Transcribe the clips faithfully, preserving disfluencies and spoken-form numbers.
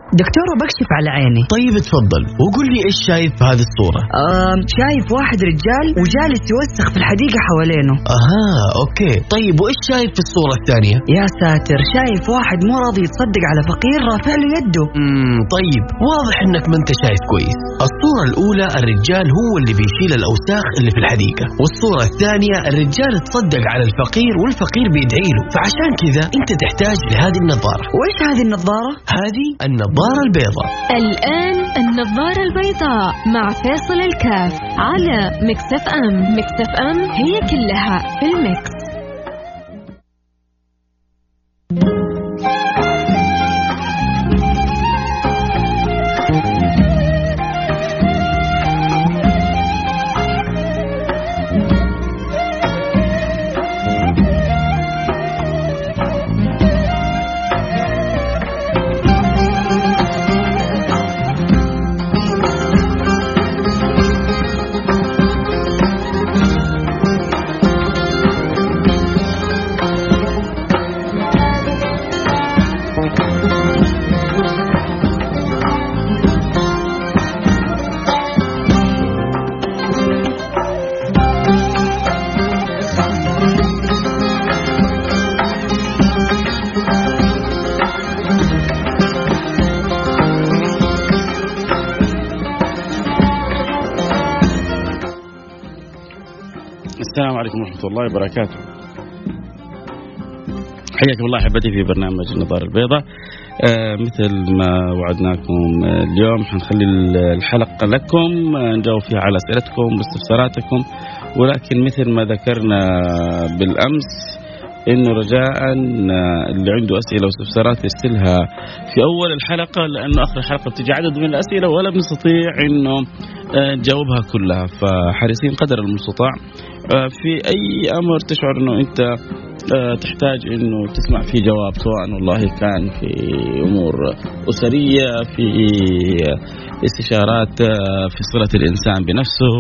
دكتورة بكشف على عيني. طيب تفضل وقول لي إيش شايف في هذه الصورة؟ آه شايف واحد رجال وجالس يوسخ في الحديقة حوالينه. أها أوكي. طيب وإيش شايف في الصورة الثانية؟ يا ساتر، شايف واحد مو راضي يتصدق على فقير رافع له يده. امم طيب واضح إنك ما أنت شايف كويس. الصورة الأولى الرجال هو اللي بيشيل الأوساخ اللي في الحديقة، والصورة الثانية الرجال تصدق على الفقير والفقير بيدعي له، فعشان كذا أنت تحتاج لهذه النظارة. وإيش هذه النظارة؟ هذه النظارة البيضاء. الآن النظارة البيضاء مع فيصل الكاف على ميكس اف ام. ميكس اف ام هي كلها في الميكس. السلام عليكم ورحمة الله وبركاته. حياكم الله أحبتي في برنامج النظارة البيضاء. آه مثل ما وعدناكم اليوم حنخلي الحلقة لكم نجاوب فيها على أسئلتكم واستفساراتكم، ولكن مثل ما ذكرنا بالأمس إنه رجاء اللي عنده أسئلة واستفسارات يرسلها في أول الحلقة، لأنه آخر الحلقة بتجي عدد من الأسئلة ولا بنستطيع إنه نجاوبها كلها، فحريصين قدر المستطاع في أي أمر تشعر إنه أنت تحتاج إنه تسمع فيه جواب، سواء والله كان في أمور أسرية، في استشارات في صلة الإنسان بنفسه،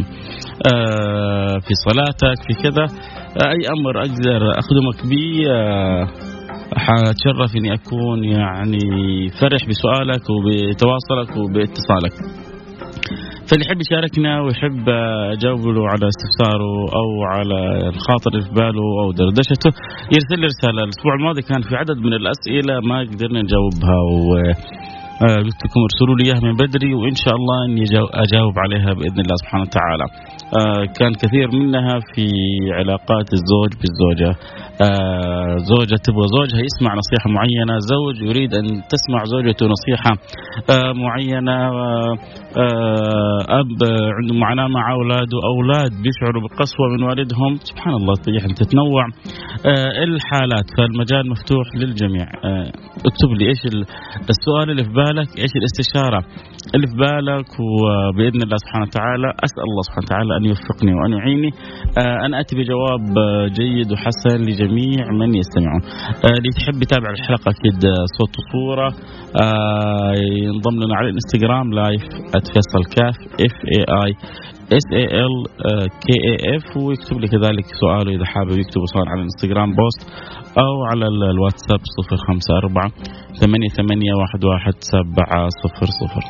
في صلاتك، في كذا أي أمر أقدر أخدمك به، حاتشرف إني أكون يعني فرح بسؤالك وبتواصلك وباتصالك. فاللي يحب يشاركنا ويحب أجاوب له على استفساره أو على الخاطر اللي في باله أو دردشته يرسل لي رسالة. الأسبوع الماضي كان في عدد من الأسئلة ما قدرنا نجاوبها، و قلت لكم ارسلوا لي اياها من بدري وان شاء الله اني اجاوب عليها باذن الله سبحانه وتعالى. آه كان كثير منها في علاقات الزوج بالزوجه، آه زوجه تبغى زوجها يسمع نصيحه معينه، زوج يريد ان تسمع زوجته نصيحه آه معينه، آه آه اب عنده معاناه مع اولاده، اولاد بيشعروا بقسوه من والدهم، سبحان الله يعني تتنوع آه الحالات، فالمجال مفتوح للجميع. آه اكتب لي ايش السؤال اللي في بالك، ايش الاستشاره اللي في بالك، وباذن الله سبحانه وتعالى اسال الله سبحانه وتعالى ان يوفقني وان يعيني آه ان اتي بجواب جيد وحسن لجميع من يستمعون. آه اللي تحب يتابع الحلقه اكيد صوت وصوره آه ينضم لنا على الانستغرام لايف @فيصل كاف اف اي اي اس اي ال كي اي اف، ويكتب لي كذلك سؤاله اذا حابب يكتبه سواء على الانستغرام بوست او على الواتساب صفر خمسة أربعة ثمانية ثمانية واحد واحد سبعة صفر صفر.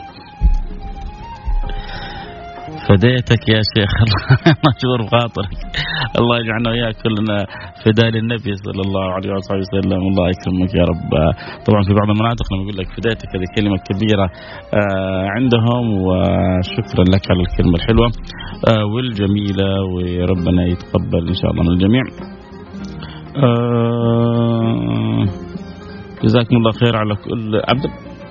فديتك يا شيخ الله مشغول بخاطرك، الله يجعلنا وياك كلنا فداء للنبي صلى الله عليه وسلم، الله يكرمك يا رب. طبعا في بعض المناطق لما يقول لك فديتك هذه كلمة كبيرة عندهم، وشكرا لك على الكلمة الحلوة والجميلة، وربنا يتقبل إن شاء الله من الجميع. جزاكم الله خير على كل عبد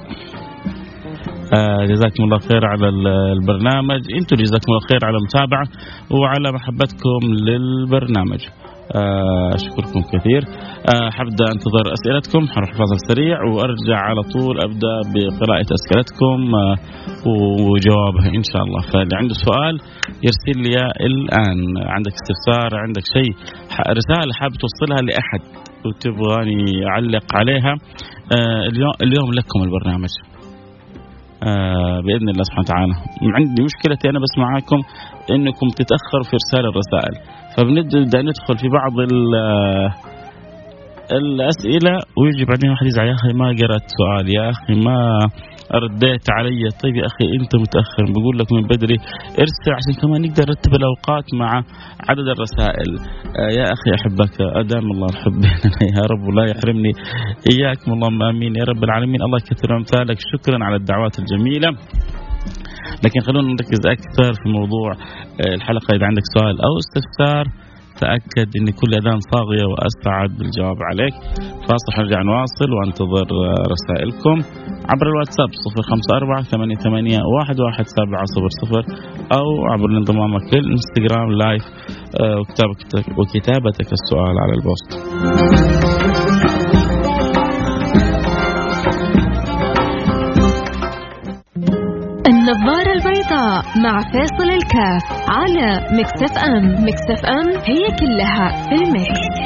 آه جزاكم الله خير على البرنامج، انتم جزاكم الله خير على المتابعة وعلى محبتكم للبرنامج، آه أشكركم كثير. آه حبدأ انتظر أسئلتكم، حروح فاصل سريع وأرجع على طول أبدأ بقراءة أسئلتكم آه وجوابها إن شاء الله. فاللي عنده سؤال يرسل لي الآن، عندك استفسار، عندك شيء رسالة حابب توصلها لأحد وتبغاني أعلق عليها، آه اليوم اليوم لكم البرنامج آه بإذن الله سبحانه وتعالى. عندي مشكلتي أنا بس معاكم إنكم تتأخروا في إرسال الرسائل، فبنبدأ ندخل في بعض الأسئلة ويجي بعدين واحد يزعل يا أخي ما قرأت سؤال، يا أخي ما رديت علي. طيب يا أخي أنت متأخر، بقول لك من بدري ارسل عشان كمان نقدر نرتب الأوقات مع عدد الرسائل. آه يا أخي أحبك، أدام الله الحب يا رب ولا يحرمني إياكم، اللهم آمين يا رب العالمين. الله يكثر أمثالك. شكرا على الدعوات الجميلة، لكن خلونا نركز أكثر في موضوع الحلقة. إذا عندك سؤال أو استفسار تأكد أن كل أذان صاغية وأسعد بالجواب عليك. فاصل نرجع نواصل وانتظر رسائلكم عبر الواتساب صفر خمسة أربعة ثمانية ثمانية واحد واحد سبعة صفر صفر أو عبر انضمامك للإنستغرام لايف وكتابتك, وكتابتك السؤال على البوست. النظارة البيضاء مع فاصل الكاف على ميكس اف ام. ميكس اف ام هي كلها في الميكس.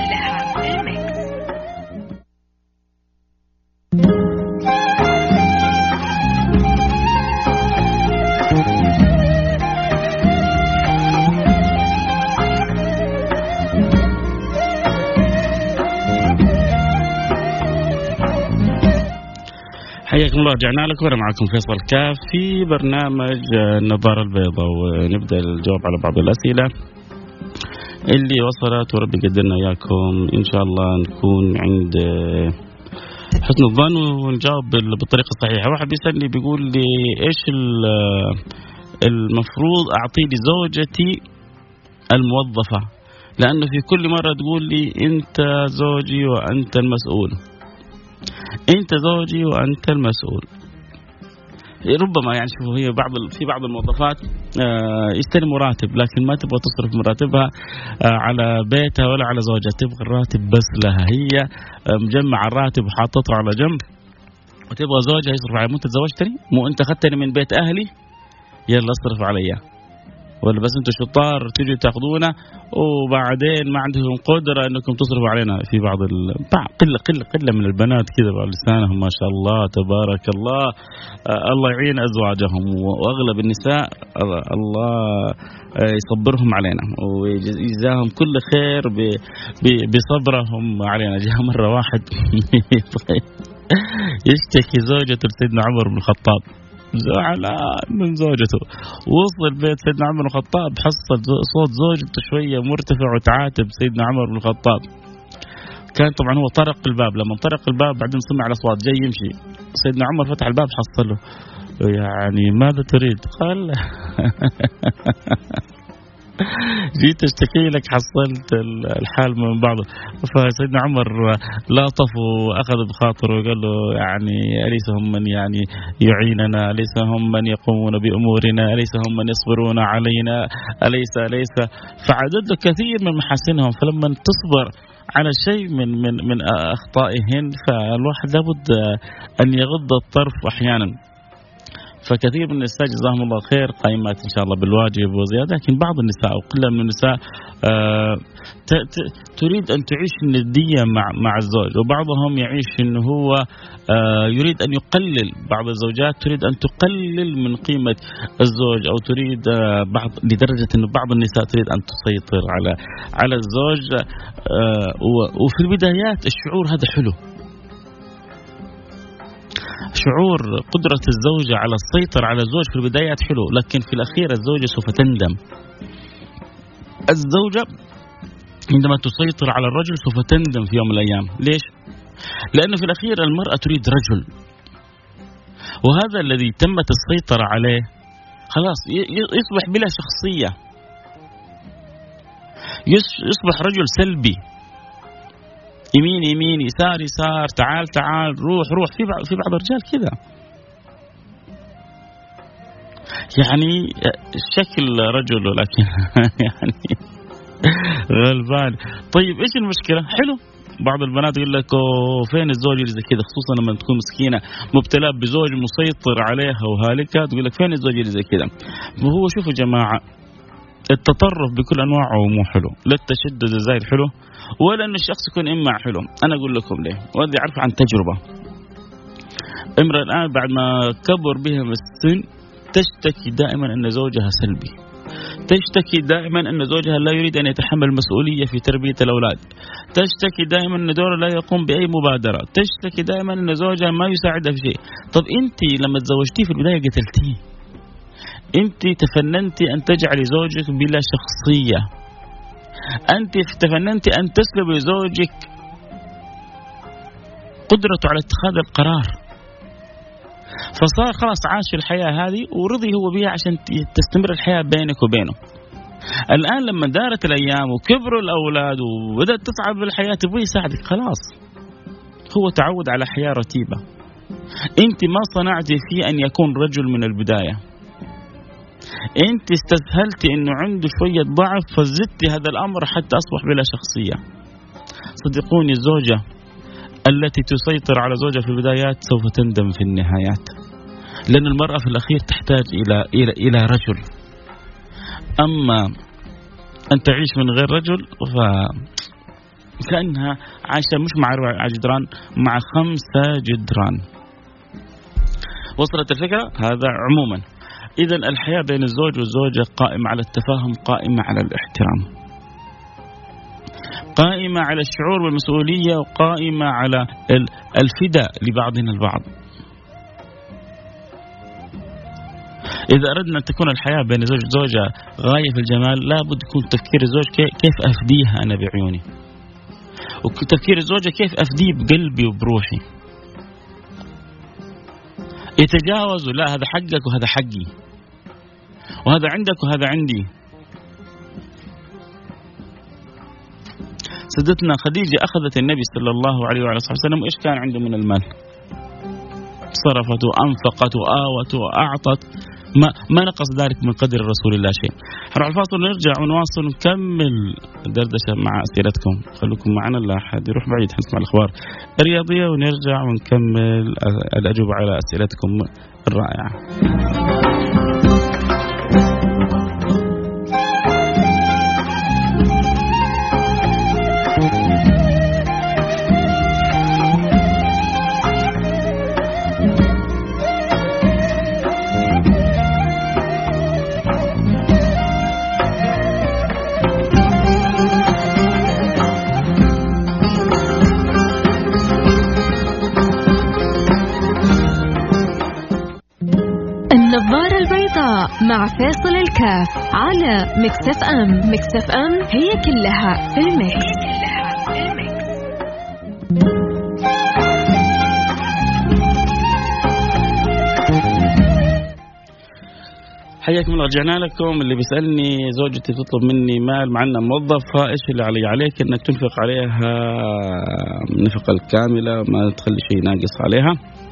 حياكم الله، رجعنا لكم وانا معكم فيصل كاف في برنامج النظارة البيضاء، ونبدأ الجواب على بعض الأسئلة اللي وصلت وربي يقدرنا إياكم إن شاء الله نكون عند حسن الظن ونجاوب بالطريقة الصحيحة. واحد بيسألني بيقول لي إيش المفروض أعطي لزوجتي الموظفة، لأنه في كل مرة تقول لي أنت زوجي وأنت المسؤول، أنت زوجي وأنت المسؤول. ربما يعني شوفوا هي بعض في بعض الموظفات يستلم راتب لكن ما تبغى تصرف مراتبها على بيتها ولا على زوجها، تبغى الراتب بس لها، هي مجمع الراتب وحاطته على جنب وتبغى زوجها يصرف عليها. مو أنت تزوجتني، مو أنت أخذتني من بيت أهلي، يلا اصرف عليها، ولا بس انتم شطار تيجوا تاخذونا وبعدين ما عندكم قدره انكم تصرفوا علينا. في بعض ال... قله قله قله من البنات كذا بلسانهم ما شاء الله تبارك الله، آه الله يعين ازواجهم، واغلب النساء الله يصبرهم علينا ويجزاهم كل خير ب... ب... بصبرهم علينا. جاء مره واحد يشتكي زوجته لسيدنا عمر بن الخطاب، زعلان من زوجته، وصل بيت سيدنا عمر بن الخطاب حصل صوت زوجته شوية مرتفع وتعاتب سيدنا عمر بن الخطاب. كان طبعا هو طرق الباب، لما طرق الباب بعدين سمع الأصوات جاي يمشي، سيدنا عمر فتح الباب حصله يعني ماذا تريد؟ قال جيت اشتكي لك حصلت الحال من بعض. فسيدنا عمر لاطف واخذ بخاطره وقال له يعني اليس هم من يعني يعيننا، اليس هم من يقومون بامورنا، اليس هم من يصبرون علينا، اليس اليس فعدد له كثير من محاسنهم. فلما تصبر على شيء من من من اخطائهن فالواحد لابد ان يغض الطرف احيانا. فكثير من النساء جزاهم الله خير قائمات إن شاء الله بالواجب وزيادة، لكن بعض النساء أو قلة من النساء آه تريد أن تعيش ندية مع مع الزوج، وبعضهم يعيش إنه هو آه يريد أن يقلل. بعض الزوجات تريد أن تقلل من قيمة الزوج، أو تريد آه بعض لدرجة إنه بعض النساء تريد أن تسيطر على على الزوج. آه وفي البدايات الشعور هذا حلو، شعور قدرة الزوجة على السيطرة على الزوج في البدايات حلو، لكن في الأخير الزوجة سوف تندم. الزوجة عندما تسيطر على الرجل سوف تندم في يوم من الأيام. ليش؟ لأنه في الأخير المرأة تريد رجل، وهذا الذي تمت السيطرة عليه خلاص يصبح بلا شخصية، يصبح رجل سلبي، يمين يمين يسار يسار، تعال تعال روح روح. في بعض في بعض الرجال كذا يعني شكل رجل ولكن يعني غلبان. طيب ايش المشكلة؟ حلو، بعض البنات يقول لك فين الزوج اللي زي كذا، خصوصا لما تكون مسكينة مبتلى بزوج مسيطر عليها وهالكة، تقول لك فين الزوج اللي زي كذا. وهو شوفوا يا جماعة، التطرف بكل أنواعه مو حلو، لا التشدد الزايد حلو، ولا أن الشخص يكون إمع حلو. أنا أقول لكم ليه، وهذه أعرف عن تجربة. امرأة الآن بعد ما كبر بها السن تشتكي دائما أن زوجها سلبي، تشتكي دائما أن زوجها لا يريد أن يتحمل مسؤولية في تربية الأولاد، تشتكي دائما أن دوره لا يقوم بأي مبادرة، تشتكي دائما أن زوجها ما يساعدها في شيء. طب أنت لما تزوجتيه في البداية قتلتيه، أنت تفننتي أن تجعلي زوجك بلا شخصية، أنت تفننتي أن تسلبي زوجك قدرته على اتخاذ القرار، فصار خلاص عاش في الحياة هذه ورضي هو بها عشان تستمر الحياة بينك وبينه. الآن لما دارت الأيام وكبروا الأولاد وبدأت تصعب بالحياة تبغي يساعدك، خلاص هو تعود على حياة رتيبة، أنت ما صنعتي فيه أن يكون رجل من البداية، أنت استسهلتي أنه عنده شوية ضعف فزدتي هذا الأمر حتى أصبح بلا شخصية. صدقوني الزوجة التي تسيطر على زوجها في البدايات سوف تندم في النهايات، لأن المرأة في الأخير تحتاج إلى إلى إلى رجل. أما أن تعيش من غير رجل فكأنها عايشة مش مع أربع جدران، مع خمسة جدران. وصلت الفكرة؟ هذا عموما. إذا الحياة بين الزوج والزوجة قائمة على التفاهم، قائمة على الاحترام، قائمة على الشعور بالمسؤولية، وقائمة على الفداء لبعضنا البعض. إذا أردنا أن تكون الحياة بين زوج وزوجة غاية في الجمال لابد يكون تفكير الزوج كيف أفديها أنا بعيوني، وتفكير الزوجة كيف أفديه بقلبي وبروحي. يتجاوزوا لا هذا حقك وهذا حقي، وهذا عندك وهذا عندي. سيدتنا خديجة أخذت النبي صلى الله عليه وعلى صحبه وسلم، وإيش كان عنده من المال؟ صرفت وأنفقت وآوت وأعطت، ما, ما نقص ذلك من قدر رسول الله شيء. هنروح الفاصل ونرجع ونواصل ونكمل الدردشة مع أسئلتكم. خلوكم معنا، لا أحد يروح بعيد، حنسمع الأخبار الرياضية ونرجع ونكمل الأجوبة على أسئلتكم الرائعة. النظارة البيضاء مع فاصل الكاف على مكسف أم. مكسف أم هي كلها في المكس. حياكم الله، رجعنا لكم. اللي بيسألني زوجتي تطلب مني مال مع أنها موظفة، إيش اللي علي؟ عليك أنك تنفق عليها النفقة الكاملة، ما تخلي شيء ناقص عليها،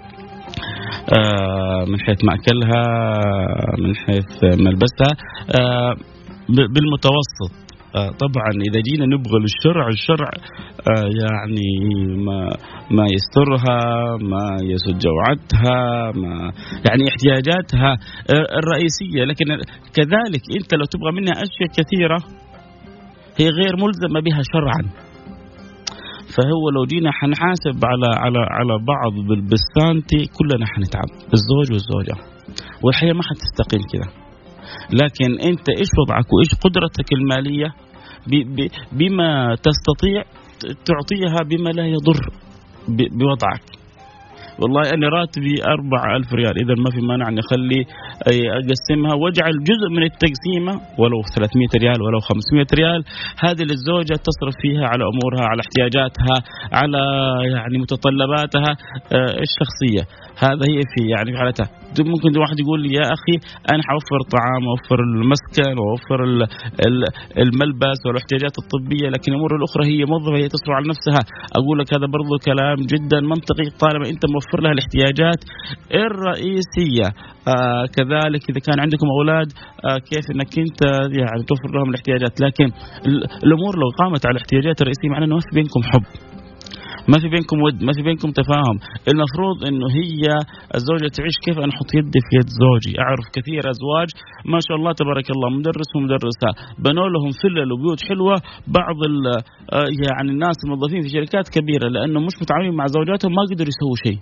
آه من حيث مأكلها، من حيث ملبسها، آه بالمتوسط. آه طبعا إذا جينا نبغى للشرع، الشرع آه يعني ما ما يسترها، ما يسد جوعتها، ما يعني احتياجاتها آه الرئيسية. لكن كذلك أنت لو تبغى منها أشياء كثيرة هي غير ملزمة بها شرعا، فهو لو جينا حنحاسب على على على بعض بالبستانتي كلنا حنتعب، الزوج والزوجة، والحياة ما حتستقيم كذا. لكن أنت إيش وضعك وإيش قدرتك المالية بما تستطيع تعطيها بما لا يضر بوضعك. والله أنا راتبي أربع ألف ريال، إذا ما في مانع أن أخلي أقسمها واجعل جزء من التقسيمة ولو ثلاثمائة ريال ولو خمسمائة ريال، هذه للزوجة تصرف فيها على أمورها، على احتياجاتها، على يعني متطلباتها الشخصية. هذا هي في يعني في حالتها. ممكن واحد يقول لي يا أخي أنا حوفر طعام وأوفر المسكن وأوفر الملبس والاحتياجات الطبية، لكن الأمور الأخرى هي موظفة، هي تصرف على نفسها. أقول لك هذا برضو كلام جدا منطقي طالما أنت موفر لها الاحتياجات الرئيسية. آه كذلك إذا كان عندكم أولاد آه كيف أنك أنت يعني توفر لهم الاحتياجات. لكن الأمور لو قامت على الاحتياجات الرئيسية معناه أنه ما في بينكم حب، ما في بينكم ود، ما في بينكم تفاهم. المفروض انه هي الزوجة تعيش كيف انا احط يدي في يد زوجي. اعرف كثير ازواج ما شاء الله تبارك الله مدرس ومدرسة بنوا لهم فلل وبيوت حلوة، بعض يعني الناس الموظفين في شركات كبيرة لانه مش متعاونين مع زوجاتهم ما قدروا يسووا شيء.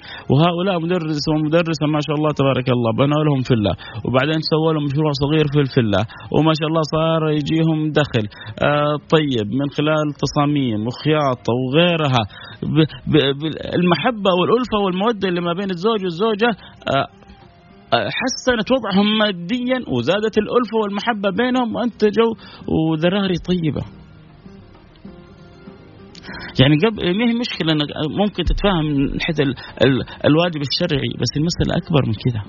وهؤلاء مدرس ومدرسة ما شاء الله تبارك الله بنوا لهم فيلا، وبعدين سووا لهم مشروع صغير في الفيلا، وما شاء الله صار يجيهم دخل آه طيب من خلال تصاميم وخياطة وغيرها. المحبة والألفة والمودة اللي ما بين الزوج والزوجة آه حسنت وضعهم ماديا وزادت الألفة والمحبة بينهم وأنتجوا وذراري طيبة. يعني قبل ما هي مشكلة أنك ممكن تتفاهم من حيث ال... ال... الواجب الشرعي، بس المسألة أكبر من كذا.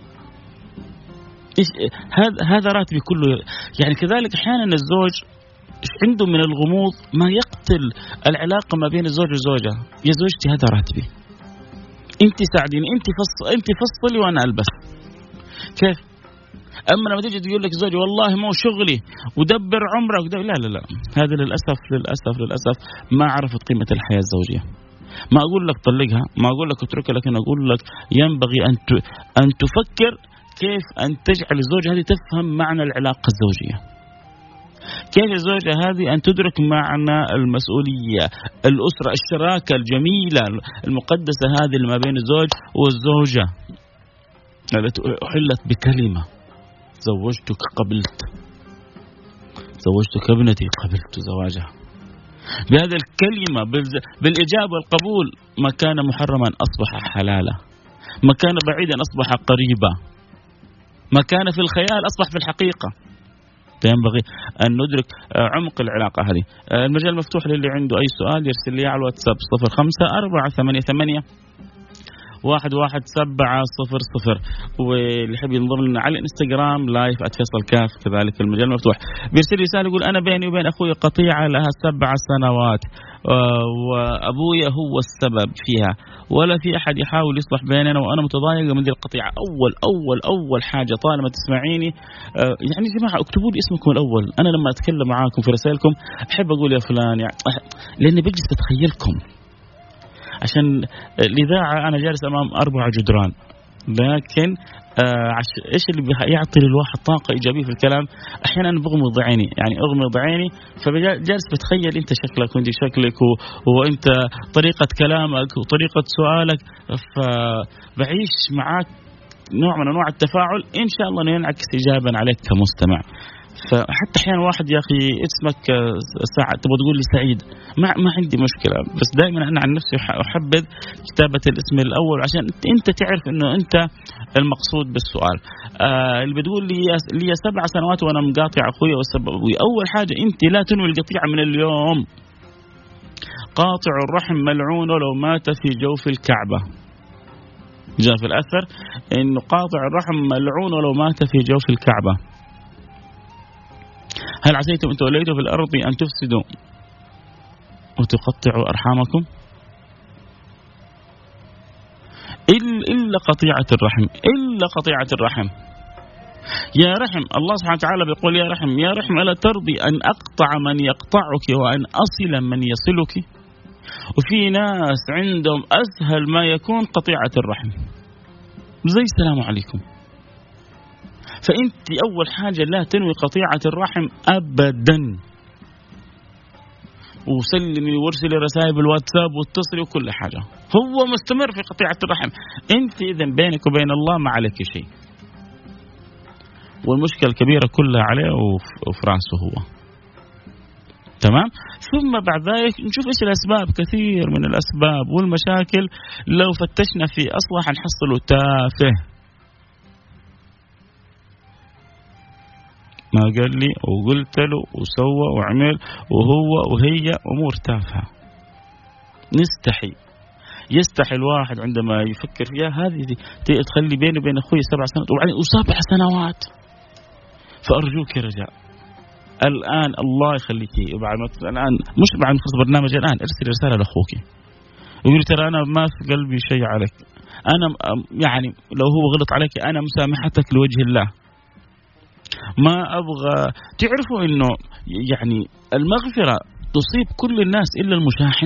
إيش هذا هذا راتبي كله. يعني كذلك أحيانا الزوج عنده من الغموض ما يقتل العلاقة ما بين الزوج والزوجة. يا زوجتي هذا راتبي، أنت ساعديني، أنت فصل أنت فصلي وأنا ألبس. كيف؟ أما لما تيجي تقول لك زوجي والله مو شغلي ودبر عمرك، لا لا لا، هذا للأسف للأسف للأسف ما عرفت قيمة الحياة الزوجية. ما أقول لك طلقها، ما أقول لك اتركها، لكن أقول لك ينبغي أن أن تفكر كيف أن تجعل الزوجة هذه تفهم معنى العلاقة الزوجية، كيف الزوجة هذه أن تدرك معنى المسؤولية، الأسرة، الشراكة الجميلة المقدسة هذه اللي ما بين الزوج والزوجة التي أحلت بكلمة زوجتك قبلت، زوجتك ابنتي قبلت زواجها. بهذه الكلمة بالإجابة والقبول ما كان محرما أصبح حلالا، ما كان بعيدا أصبح قريبا، ما كان في الخيال أصبح في الحقيقة. ينبغي أن ندرك عمق العلاقة هذه. المجال مفتوح للي عنده أي سؤال يرسل لي على الواتساب صفر خمسة أربعة ثمانية ثمانية واحد واحد سبعة صفر صفر، واللي يحب ينضم لنا على الانستغرام لايف @فيصل كاف. كذلك المجال مفتوح. بيرسل رسالة يقول أنا بيني وبين أخوي قطيعة لها سبع سنوات وأبويا هو السبب فيها، ولا في أحد يحاول يصلح بيننا وأنا متضايقة من ذي القطيعة. أول أول أول حاجة طالما تسمعيني يعني يا جماعة اكتبوا لي اسمكم الأول. أنا لما أتكلم معاكم في رسائلكم أحب أقول يا فلان يعني لأني بجلس أتخيلكم، عشان الإذاعة أنا جالس أمام أربع جدران، لكن آه عش... إيش اللي يعطي للواحد طاقة إيجابية في الكلام؟ أحيانا بغمض عيني، يعني أغمض عيني فجالس بتخيل أنت شكلك وأنت شكلك و... وأنت طريقة كلامك وطريقة سؤالك، فبعيش معاك نوع من أنواع التفاعل إن شاء الله ينعكس إيجابا عليك كمستمع. فحتى أحيانا واحد يا أخي اسمك سعد تبغى تقول لي سعيد، ما ما عندي مشكلة، بس دائما أنا عن نفسي أحبذ كتابة الاسم الأول عشان أنت تعرف إنه أنت المقصود بالسؤال. آه اللي بتقول لي لي سبع سنوات وأنا مقاطع أخوي والسبب أبوي، أول حاجة أنت لا تنوي القطيعة من اليوم. قاطع الرحم ملعون ولو مات في جوف الكعبة. جاء في الأثر إنه قاطع الرحم ملعون ولو مات في جوف الكعبة. هل عسيتم أن توليتوا في الأرض أن تفسدوا وتقطعوا أرحامكم؟ إلا قطيعة الرحم، إلا قطيعة الرحم. يا رحم، الله سبحانه وتعالى بيقول يا رحم يا رحم ألا ترضي أن أقطع من يقطعك وأن أصل من يصلك؟ وفي ناس عندهم أسهل ما يكون قطيعة الرحم، زي السلام عليكم. فأنت أول حاجة لا تنوي قطيعة الرحم أبدا، وسلمي وارسلي رسائل بالواتساب واتصلي وكل حاجة. هو مستمر في قطيعة الرحم، أنت إذن بينك وبين الله ما عليك شيء، والمشكلة الكبيرة كلها عليه وفي راسه هو. تمام. ثم بعد ذلك نشوف إيش الأسباب. كثير من الأسباب والمشاكل لو فتشنا في أصلها حنحصله تافه. ما قال لي وقلت له وسوى وعمل وهو وهي أمور تافهة نستحي. يستحي الواحد عندما يفكر فيها. هذه تخلي بيني وبين أخوي سبع سنوات وبعدين وسبع سنوات. فأرجوك يا رجاء الآن الله يخليك بعد ما الآن مش بعد خلص برنامج الآن ارسل رسالة لأخوك يقول ترى أنا ما في قلبي شيء عليك، أنا يعني لو هو غلط عليك أنا مسامحتك لوجه الله. ما أبغى تعرفوا إنه يعني المغفرة تصيب كل الناس إلا المشاحن.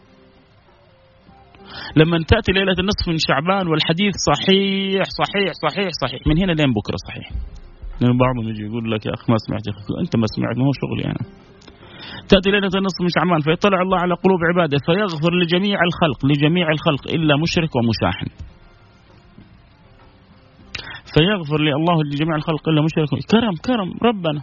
لما تأتي ليلة النصف من شعبان والحديث صحيح صحيح صحيح صحيح من هنا لين بكرة صحيح، لأن بعضهم يجي يقول لك يا أخ ما سمعت، يا أخي أنت ما سمعت، ما هو شغلي أنا. تأتي ليلة النصف من شعبان فيطلع الله على قلوب عباده فيغفر لجميع الخلق لجميع الخلق إلا مشرك ومشاحن. فيغفر لي الله لجميع الخلق إلا مشرك. كرم كرم ربنا.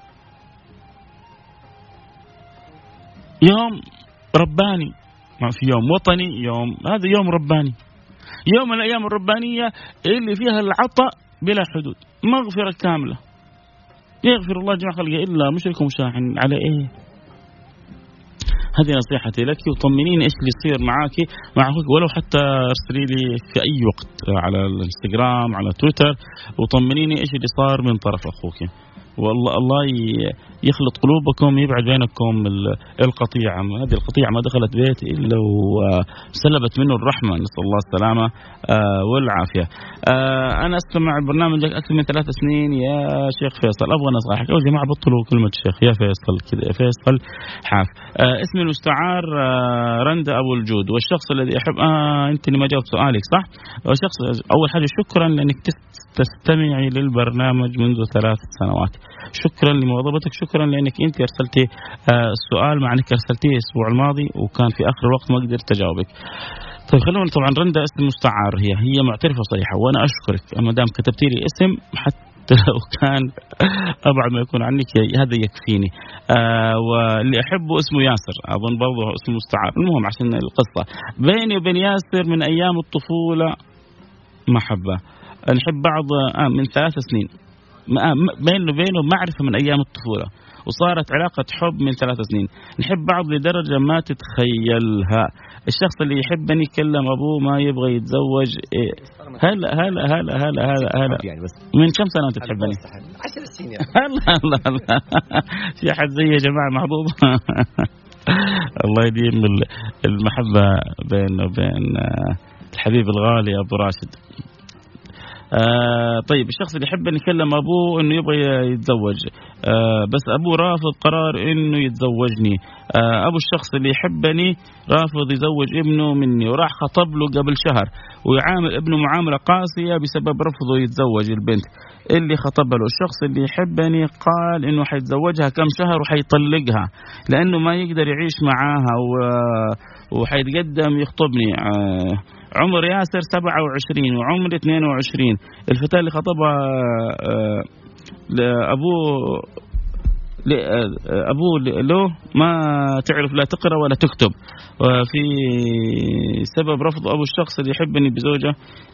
يوم رباني، ما في يوم وطني، يوم هذا يوم رباني، يوم من الأيام الربانية اللي فيها العطاء بلا حدود، مغفرة كاملة، يغفر الله جميع خلقه إلا مشرك ومشاحن. على إيه؟ هذه نصيحتي لك، وطمنيني إيش اللي يصير معاكي مع أخوك، ولو حتى ارسلي لي في أي وقت على الانستغرام على تويتر وطمنيني إيش اللي صار من طرف أخوك. والله الله يخلط قلوبكم، يبعد بينكم القطيعة. هذه القطيعة ما دخلت بيت إلا وسلبت منه الرحمة، نسأل الله السلامة والعافية. أنا أستمع برنامجك أكثر من ثلاث سنين يا شيخ فيصل، أبغى نصائحك. يا جماعة بطلوا كلمة الشيخ، يا فيصل كذا، يا فيصل حاف. اسمي المستعار رندا أبو الجود، والشخص الذي أحب آه أنت اللي ما جاوبت سؤالك صح. والشخص أول حاجة شكرا لأنك تستمعي للبرنامج منذ ثلاث سنوات، شكرا لمواظبتك، شكرا لأنك أنت أرسلتي آه السؤال مع أنك أرسلتيه الأسبوع الماضي وكان في آخر الوقت ما قدرت أجاوبك. طيب خلونا طبعا رندا اسم مستعار، هي هي معترفة صريحة، وأنا أشكرك ما دام كتبتي لي اسم حتى لو كان أبعد ما يكون عنك هذا يكفيني. آه واللي أحبه اسمه ياسر، أظن برضه اسمه مستعار. المهم عشان القصة بيني وبين ياسر من أيام الطفولة محبة، نحب بعض آه من ثلاث سنين، بينه وبينه معرفة من أيام الطفولة، وصارت علاقة حب من ثلاث سنين، نحب بعض لدرجة ما تتخيلها. الشخص اللي يحبني يكلم أبوه ما يبغى يتزوج. إيه هلا هلا هلا هلا هلا هلا من كم سنة أنت تحبني؟ عشر سنين. الله الله الله في أحد زي يا جماعة محظوظ. الله يديم المحبة بين وبين الحبيب الغالي أبو راشد. آه طيب الشخص اللي يحب أن يكلم أبوه إنه يبغى يتزوج، آه بس أبوه رافض قرار إنه يتزوجني. آه أبو الشخص اللي يحبني رافض يزوج ابنه مني، وراح خطب له قبل شهر ويعامل ابنه معاملة قاسية بسبب رفضه يتزوج البنت اللي خطبها له. الشخص اللي يحبني قال إنه حيتزوجها كم شهر وحيطلقها لأنه ما يقدر يعيش معاها وحيتقدم يخطبني. آه عمر ياسر سبعة وعشرين وعمر اثنين وعشرين. الفتاة اللي خطبها لأبوه أبوه له ما تعرف لا تقرأ ولا تكتب، في سبب رفض أبو الشخص اللي يحبني بزوجة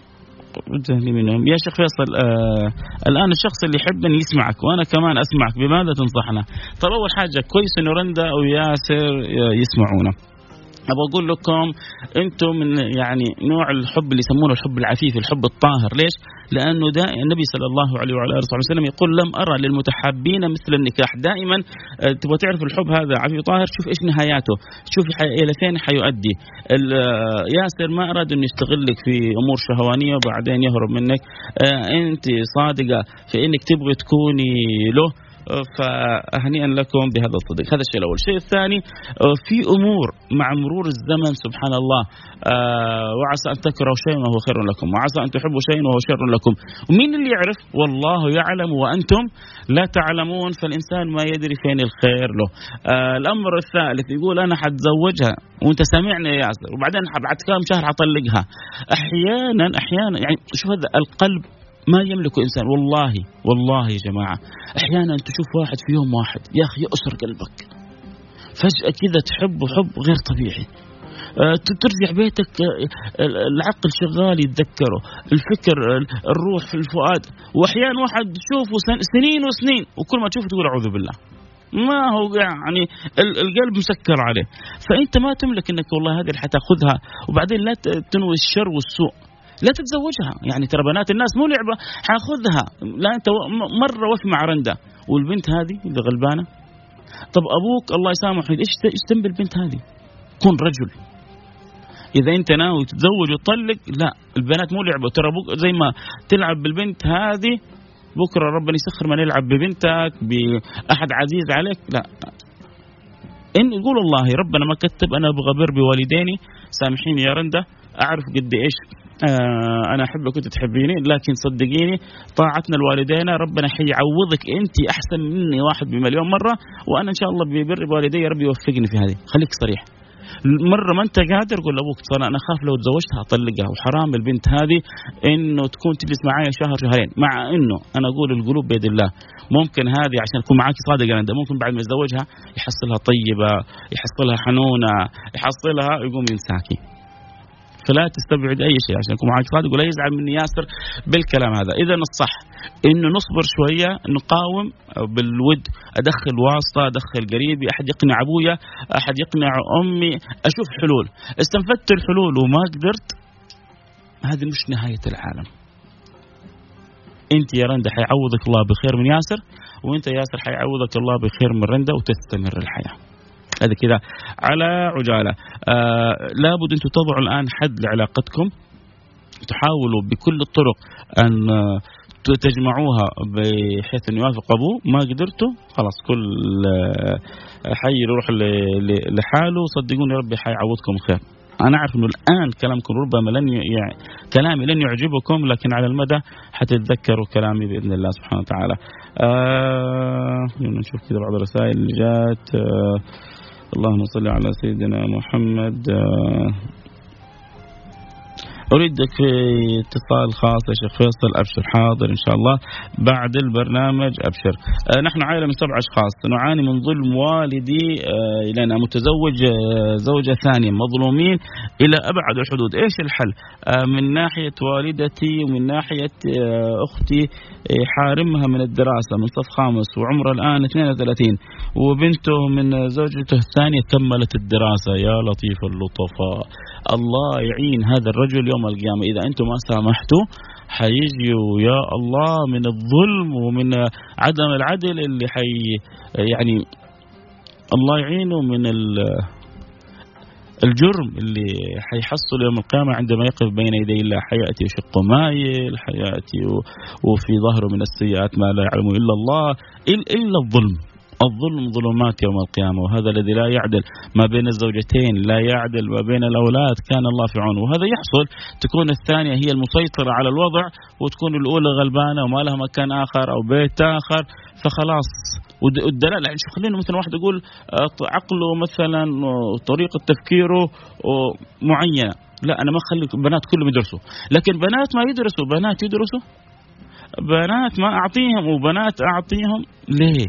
منهم. يا شيخ فيصل آه الآن الشخص اللي يحبني يسمعك وأنا كمان أسمعك، بماذا تنصحنا؟ طب أول حاجة كويس إنه رندا أو ياسر يسمعونا. أبغى أقول لكم أنتم من يعني نوع الحب اللي يسمونه الحب العفيف، الحب الطاهر. ليش؟ لأنه دا النبي صلى الله عليه وعلى آله وسلم يقول لم أرى للمتحابين مثل النكاح. دائما تبغى تعرف الحب هذا عفيف طاهر، شوف إيش نهاياته، شوف إلى فين حيؤدي. ياسر ما أراد أن يستغلك في أمور شهوانية وبعدين يهرب منك. أنت صادقة في إنك تبغي تكوني له، فهنيئا لكم بهذا الصديق. هذا الشيء الأول. الشيء الثاني في أمور مع مرور الزمن سبحان الله آه وعسى أن تكرهوا شيئا وهو خير لكم وعسى أن تحبوا شيئا وهو شر لكم. ومين اللي يعرف؟ والله يعلم وأنتم لا تعلمون، فالإنسان ما يدري فين الخير له. آه الأمر الثالث يقول أنا حتزوجها وأنت سامعني يا ياسر وبعدين بعد كم شهر حطلقها. أحيانا أحيانا يعني شوف هذا القلب ما يملك إنسان. والله والله يا جماعة أحيانا تشوف واحد في يوم واحد يا أخي يأسر قلبك، فجأة كذا تحبه حب غير طبيعي، أه ترجع بيتك أه العقل شغال يتذكره، الفكر الروح في الفؤاد. وأحيانا واحد تشوفه سنين وسنين وكل ما تشوفه تقول أعوذ بالله، ما هو يعني القلب مسكر عليه. فأنت ما تملك أنك والله هذه حتاخذها وبعدين لا تنوي الشر والسوء، لا تتزوجها. يعني ترى بنات الناس مو لعبة حاخذها. لا أنت مرة وفي مع رندا والبنت هذه اللي غلبانة. طب أبوك الله يسامحه إيش إيش تم بالبنت هذه؟ كن رجل. إذا أنت ناوي تتزوج وتطلق لا، البنات مو لعبة. ترى أبوك زي ما تلعب بالبنت هذه بكرة ربنا يسخر من يلعب ببنتك بأحد عزيز عليك. لا، إن يقول الله ربنا ما كتب أنا أبغى بر بوالديني، سامحيني يا رندا أعرف قد إيش آه أنا أحبك وأنت تحبيني، لكن صدقيني طاعتنا الوالدين ربنا حيعوضك أنت أحسن مني واحد بمليون مرة، وأنا إن شاء الله ببر بوالدي ربي يوفقني في هذه. خليك صريح. مرة ما أنت قادر قول لأبوك صار أنا خاف لو تزوجتها أطلقها، وحرام البنت هذه إنه تكون تجلس معايا شهر شهرين، مع إنه أنا أقول القلوب بيد الله. ممكن هذه عشان أكون معاك صادق أنا ده ممكن بعد ما يتزوجها يحصلها طيبة، يحصلها حنونة، يحصلها يقوم ينساكي. فلا تستبعد أي شيء عشان يكون معك صادق، ولا يزعل مني ياسر بالكلام هذا. إذا الصح إنه نصبر شوية، نقاوم بالود، أدخل واسطة، أدخل قريبي، أحد يقنع أبويا، أحد يقنع أمي، أشوف حلول. استنفدت الحلول وما قدرت، هذه مش نهاية العالم. أنت يا رندا حيعوضك الله بخير من ياسر، وأنت ياسر حيعوضك الله بخير من رندا، وتستمر الحياة. هذا كذا على عجالة. آه لابد أن تضعوا الآن حد لعلاقتكم، تحاولوا بكل الطرق أن آه تجمعوها بحيث أن يوافق أبوه. ما قدرتوا خلاص كل آه حي يروح لحاله، صدقوني ربي حيعوضكم خير. أنا أعرف أنه الآن كلامكم ربما لن يعني كلامي لن يعجبكم، لكن على المدى حتتذكروا كلامي بإذن الله سبحانه وتعالى. آه نشوف كذا بعض الرسائل اللي جات. آه اللهم صل على سيدنا محمد. أريدك في اتصال خاص يا شيخ فيصل. أبشر، حاضر إن شاء الله بعد البرنامج. أبشر. آه نحن عائلة من سبع أشخاص نعاني من ظلم والدي آه لأنه متزوج آه زوجة ثانية، مظلومين إلى أبعد الحدود. إيش الحل؟ آه من ناحية والدتي ومن ناحية آه أختي آه حارمها من الدراسة من صف خامس وعمرها الآن اثنين وثلاثين، وبنته من زوجته الثانية كملت الدراسة. يا لطيف اللطفاء، الله يعين هذا الرجل يوم القيامة. إذا أنتم ما سامحتوا حيجيوا يا الله من الظلم ومن عدم العدل اللي حي يعني الله يعينه من الجرم اللي حيحصل يوم القيامة عندما يقف بين يدي الله. حياتي يشق مايل، حياتي وفي ظهره من السيئات ما لا يعلم إلا الله، إلا الظلم. الظلم ظلمات يوم القيامة، وهذا الذي لا يعدل ما بين الزوجتين، لا يعدل ما بين الأولاد، كان الله في عونه. وهذا يحصل تكون الثانية هي المسيطرة على الوضع، وتكون الأولى غلبانة وما لها مكان آخر أو بيت آخر، فخلاص. والدلالة يعني شوف، خلينا مثلا واحد يقول عقله مثلا وطريقة تفكيره معينة، لا أنا ما أخلي بنات كلهم يدرسوا، لكن بنات ما يدرسوا، بنات يدرسوا، بنات ما أعطيهم وبنات أعطيهم. ليه؟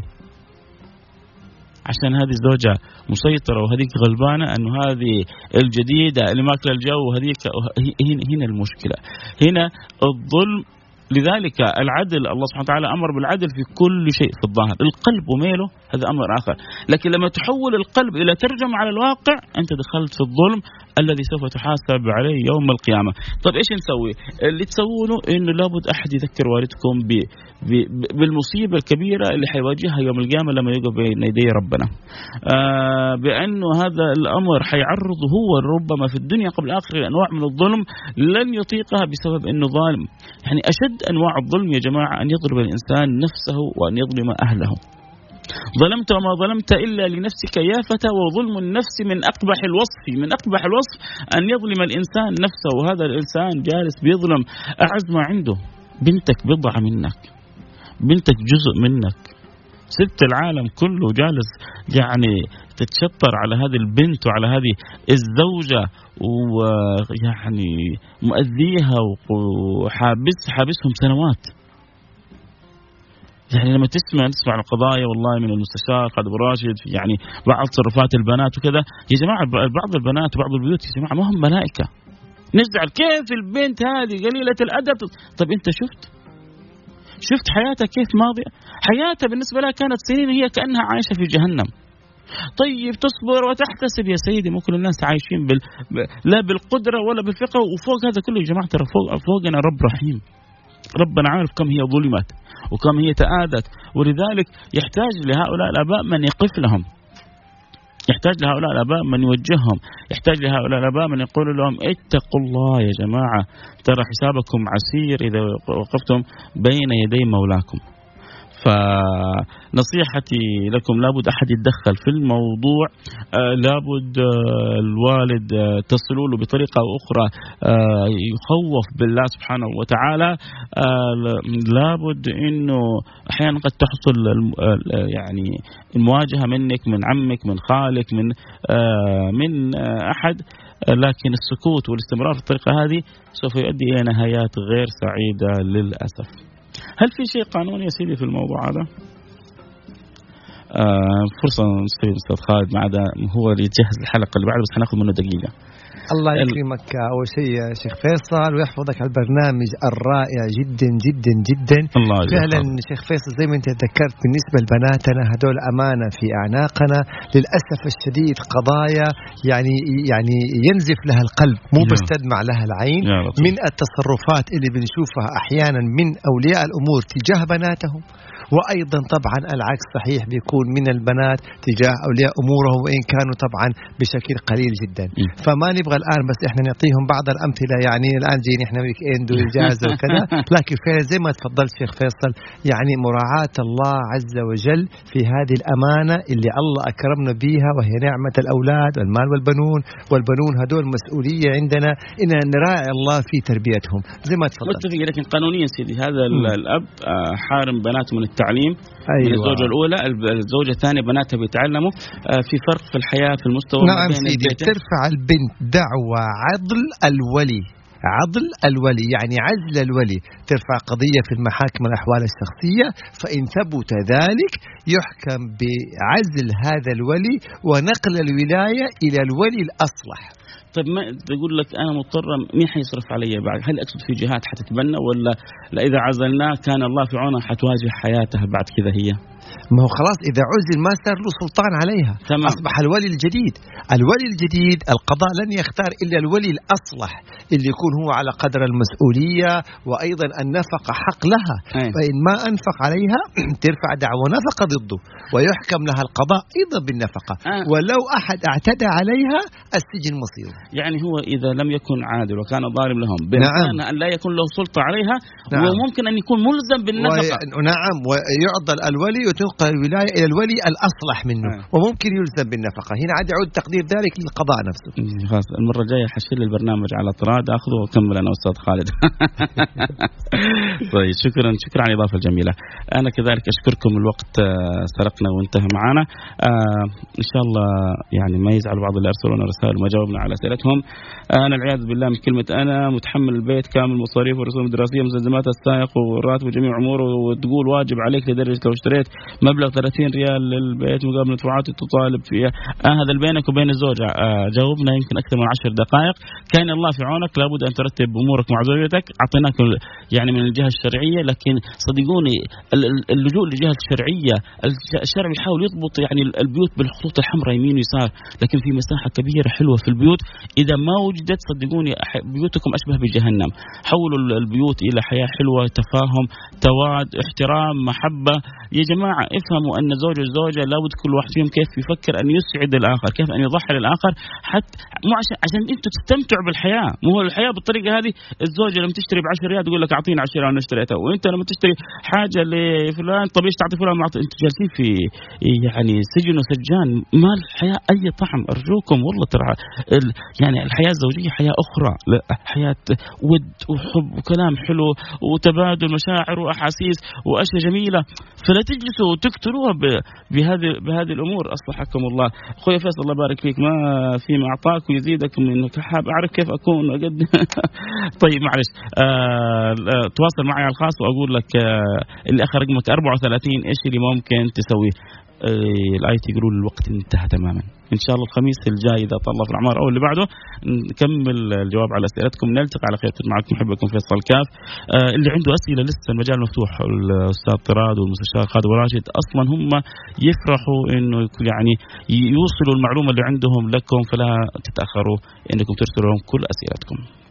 عشان هذه الزوجة مسيطرة وهذيك غلبانة، أنه هذه الجديدة اللي ماكلة الجو وهذيك. هنا المشكلة، هنا الظلم. لذلك العدل، الله سبحانه وتعالى أمر بالعدل في كل شيء في الظاهر. القلب وميله هذا أمر آخر، لكن لما تحول القلب إلى ترجمة على الواقع أنت دخلت في الظلم الذي سوف تحاسب عليه يوم القيامة. طيب إيش نسوي؟ اللي تسوونه إنه لابد أحد يذكر والدكم ب بالمصيبة الكبيرة اللي حيواجهها يوم القيامة لما يقف بين يدي ربنا، آه بأنه هذا الأمر حيعرضه هو ربما في الدنيا قبل آخر أنواع من الظلم لن يطيقها بسبب أنه ظالم. يعني أشد أنواع الظلم يا جماعة أن يظلم الإنسان نفسه وأن يظلم أهله. ظلمت وما ظلمت إلا لنفسك يا فتى، وظلم النفس من أقبح الوصف، من أقبح الوصف أن يظلم الإنسان نفسه. وهذا الإنسان جالس بيظلم أعز ما عنده. بنتك بضعة منك، بنتك جزء منك، سبت العالم كله جالس يعني تتشطر على هذه البنت وعلى هذه الزوجة، ويعني مؤذيها وحابس حابسهم سنوات. يعني لما تسمع تسمع القضايا والله من المستشار قد أبو راشد يعني بعض تصرفات البنات وكذا، يا جماعة بعض البنات وبعض البيوت يا جماعة ما هم ملائكة. نزعل كيف البنت هذه قليلة الأدب. طب أنت شفت شفت حياتها كيف ماضية؟ حياتها بالنسبة لها كانت سنين هي كأنها عايشة في جهنم. طيب تصبر وتحتسب يا سيدي، مو كل الناس عايشين بال... لا بالقدرة ولا بالفقه. وفوق هذا كله يا جماعة ترى فوق فوقنا رب رحيم، ربنا عارف كم هي ظلمت وكم هي تآدت. ولذلك يحتاج لهؤلاء الآباء من يقف لهم، يحتاج لهؤلاء الآباء من يوجههم، يحتاج لهؤلاء الآباء من يقول لهم اتقوا الله يا جماعة، ترى حسابكم عسير إذا وقفتم بين يدي مولاكم. فنصيحتي لكم لابد أحد يتدخل في الموضوع. آه لابد آه الوالد آه تصلوا له بطريقة أو أخرى آه يخوف بالله سبحانه وتعالى. آه لابد إنه أحيانا قد تحصل يعني المواجهة منك، من عمك، من خالك، من آه من آه أحد، لكن السكوت والاستمرار في الطريقة هذه سوف يؤدي إلى نهايات غير سعيدة للأسف. هل في شيء قانوني يا سيدي في الموضوع هذا؟ آه فرصة نستفيد أستاذ خالد مع هذا هو اللي يجهز الحلقة اللي بعد، بس هناخذ منه دقيقة. الله يكرمك أول شيء يا شيخ فيصل ويحفظك على البرنامج الرائع جدا جدا جدا. الله فعلا شيخ فيصل زي ما أنت ذكرت بالنسبة لبناتنا هدول أمانة في أعناقنا. للأسف الشديد قضايا يعني يعني ينزف لها القلب مو بس تدمع لها العين من التصرفات اللي بنشوفها أحيانا من أولياء الأمور تجاه بناتهم، وأيضا طبعا العكس صحيح بيكون من البنات تجاه أولياء أمورهم، وإن كانوا طبعا بشكل قليل جدا. فما نبغى الآن بس إحنا نعطيهم بعض الأمثلة، يعني الآن جايين إحنا ويك إند وإجازة وكذا، لكن فعلا زي ما تفضلت شيخ فيصل يعني مراعاة الله عز وجل في هذه الأمانة اللي الله أكرمنا بيها، وهي نعمة الأولاد والمال والبنون. والبنون هدول مسؤولية عندنا إن نراعي الله في تربيتهم زي ما تفضلت. متفق، لكن قانونيا سيدي هذا م. الأب حارم بناته من التعليم. أيوة. من الزوجة الأولى، الزوجة الثانية بناتها بيتعلموا. في فرق في الحياة في المستوى. نعم سيدي، ترفع البنت دعوى عضل الولي، عضل الولي يعني عزل الولي، ترفع قضية في المحاكم الأحوال الشخصية، فإن ثبت ذلك يحكم بعزل هذا الولي ونقل الولاية إلى الولي الأصلح. طيب ما تقول لك أنا مضطرة، مين حيصرف علي بعد؟ هل أقصد في جهات حتتبنى، ولا لا إذا عزلناه كان الله في عونه حتواجه حياتها بعد كذا هي؟ ما هو خلاص إذا عزل ما صار له سلطان عليها. تمام. أصبح الولي الجديد. الولي الجديد القضاء لن يختار إلا الولي الأصلح اللي يكون هو على قدر المسؤولية، وأيضا النفقة حق لها. أي. فإن ما أنفق عليها ترفع دعوى نفقة ضده ويحكم لها القضاء أيضا بالنفقة. أه. ولو أحد اعتدى عليها السجن مصيره. يعني هو إذا لم يكن عادل وكان ظالم لهم بإمكانه نعم. أن لا يكون له سلطة عليها. نعم. وممكن أن يكون ملزم بالنفقة. وي... نعم ويعضل الولي وتنقل الولاية إلى الولي الأصلح منه. أه. وممكن يلزم بالنفقة. هنا عاد يعود تقدير ذلك للقضاء نفسه. خلاص المرة الجاية حشيل البرنامج على طراد أخذه وكمل أنا أستاذ خالد. طيب شكرا شكرا على الإضافة الجميلة. أنا كذلك أشكركم، الوقت سرقنا وانتهى معنا. آه إن شاء الله يعني ما يزعل بعض اللي أرسلونا رسائل وما جاوبنا على أسئلتهم. أنا العياذ بالله من كلمة أنا متحمل البيت كامل مصاريف والرسوم الدراسية مستلزمات السائق والراتب وجميع أموره، وتقول واجب عليك لدرجة لو اشتريت مبلغ ثلاثين ريال للبيت مقابل مدفوعات تطالب فيها. آه هذا بينك وبين الزوجة. آه جاوبنا يمكن أكثر من عشر دقائق. كان الله في عونك، لابد أن ترتب أمورك مع زوجتك. أعطيناك يعني من الجهة الشرعية، لكن صدقوني اللجوء للجهة الشرعية، الشرع يحاول يضبط يعني البيوت بالخطوط الحمراء يمين ويسار، لكن في مساحة كبيرة حلوة في البيوت إذا ما وجدت صدقوني بيوتكم أشبه بجهنم. حولوا البيوت إلى حياة حلوة، تفاهم، تواد، احترام، محبة. يا جماعة افهموا أن زوج الزوجة لابد كل واحد فيهم كيف يفكر أن يسعد الآخر، كيف أن يضحي للآخر، حتى مو عشان عشان أنتوا تستمتعوا بالحياة. مو هو الحياة بالطريقة هذه. الزوجة لما تشتري بعشر ريال تقول لك أعطيني عشرة ريال أنا اشتريتها، وأنت لما تشتري حاجة لفلان طب إيش تعطي فلان؟ أنتوا جالسين في يعني سجن وسجان، ما الحياة أي طعم. أرجوكم والله ترى يعني الحياة الزوجية حياة أخرى، حياة ود وحب وكلام حلو وتبادل مشاعر وأحاسيس وأشياء جميلة، فلا تجلسوا وتكتروها بهذه بهذه الأمور. أصلحكم الله. أخوي فيصل الله يبارك فيك، ما فيما أعطاك ويزيدك منك، حاب أعرف كيف أكون أقد. طيب معلش آه تواصل معي على الخاص وأقول لك آه اللي آخر رقمك أربعة وثلاثين إيش اللي ممكن تسويه. آه الآية يقولون الوقت انتهى تماما. إن شاء الله الخميس الجاي إذا طال الله في الأعمار أو اللي بعده نكمل الجواب على أسئلتكم. نلتقي على خير. معكم محبكم فيصل كاف. آه اللي عنده أسئلة لسه المجال مفتوح. الأستاذ طراد والمستشار خالد وراشد أصلا هم يفرحوا إنه يعني يوصلوا المعلومة اللي عندهم لكم، فلا تتأخروا إنكم ترسلوا لهم كل أسئلتكم.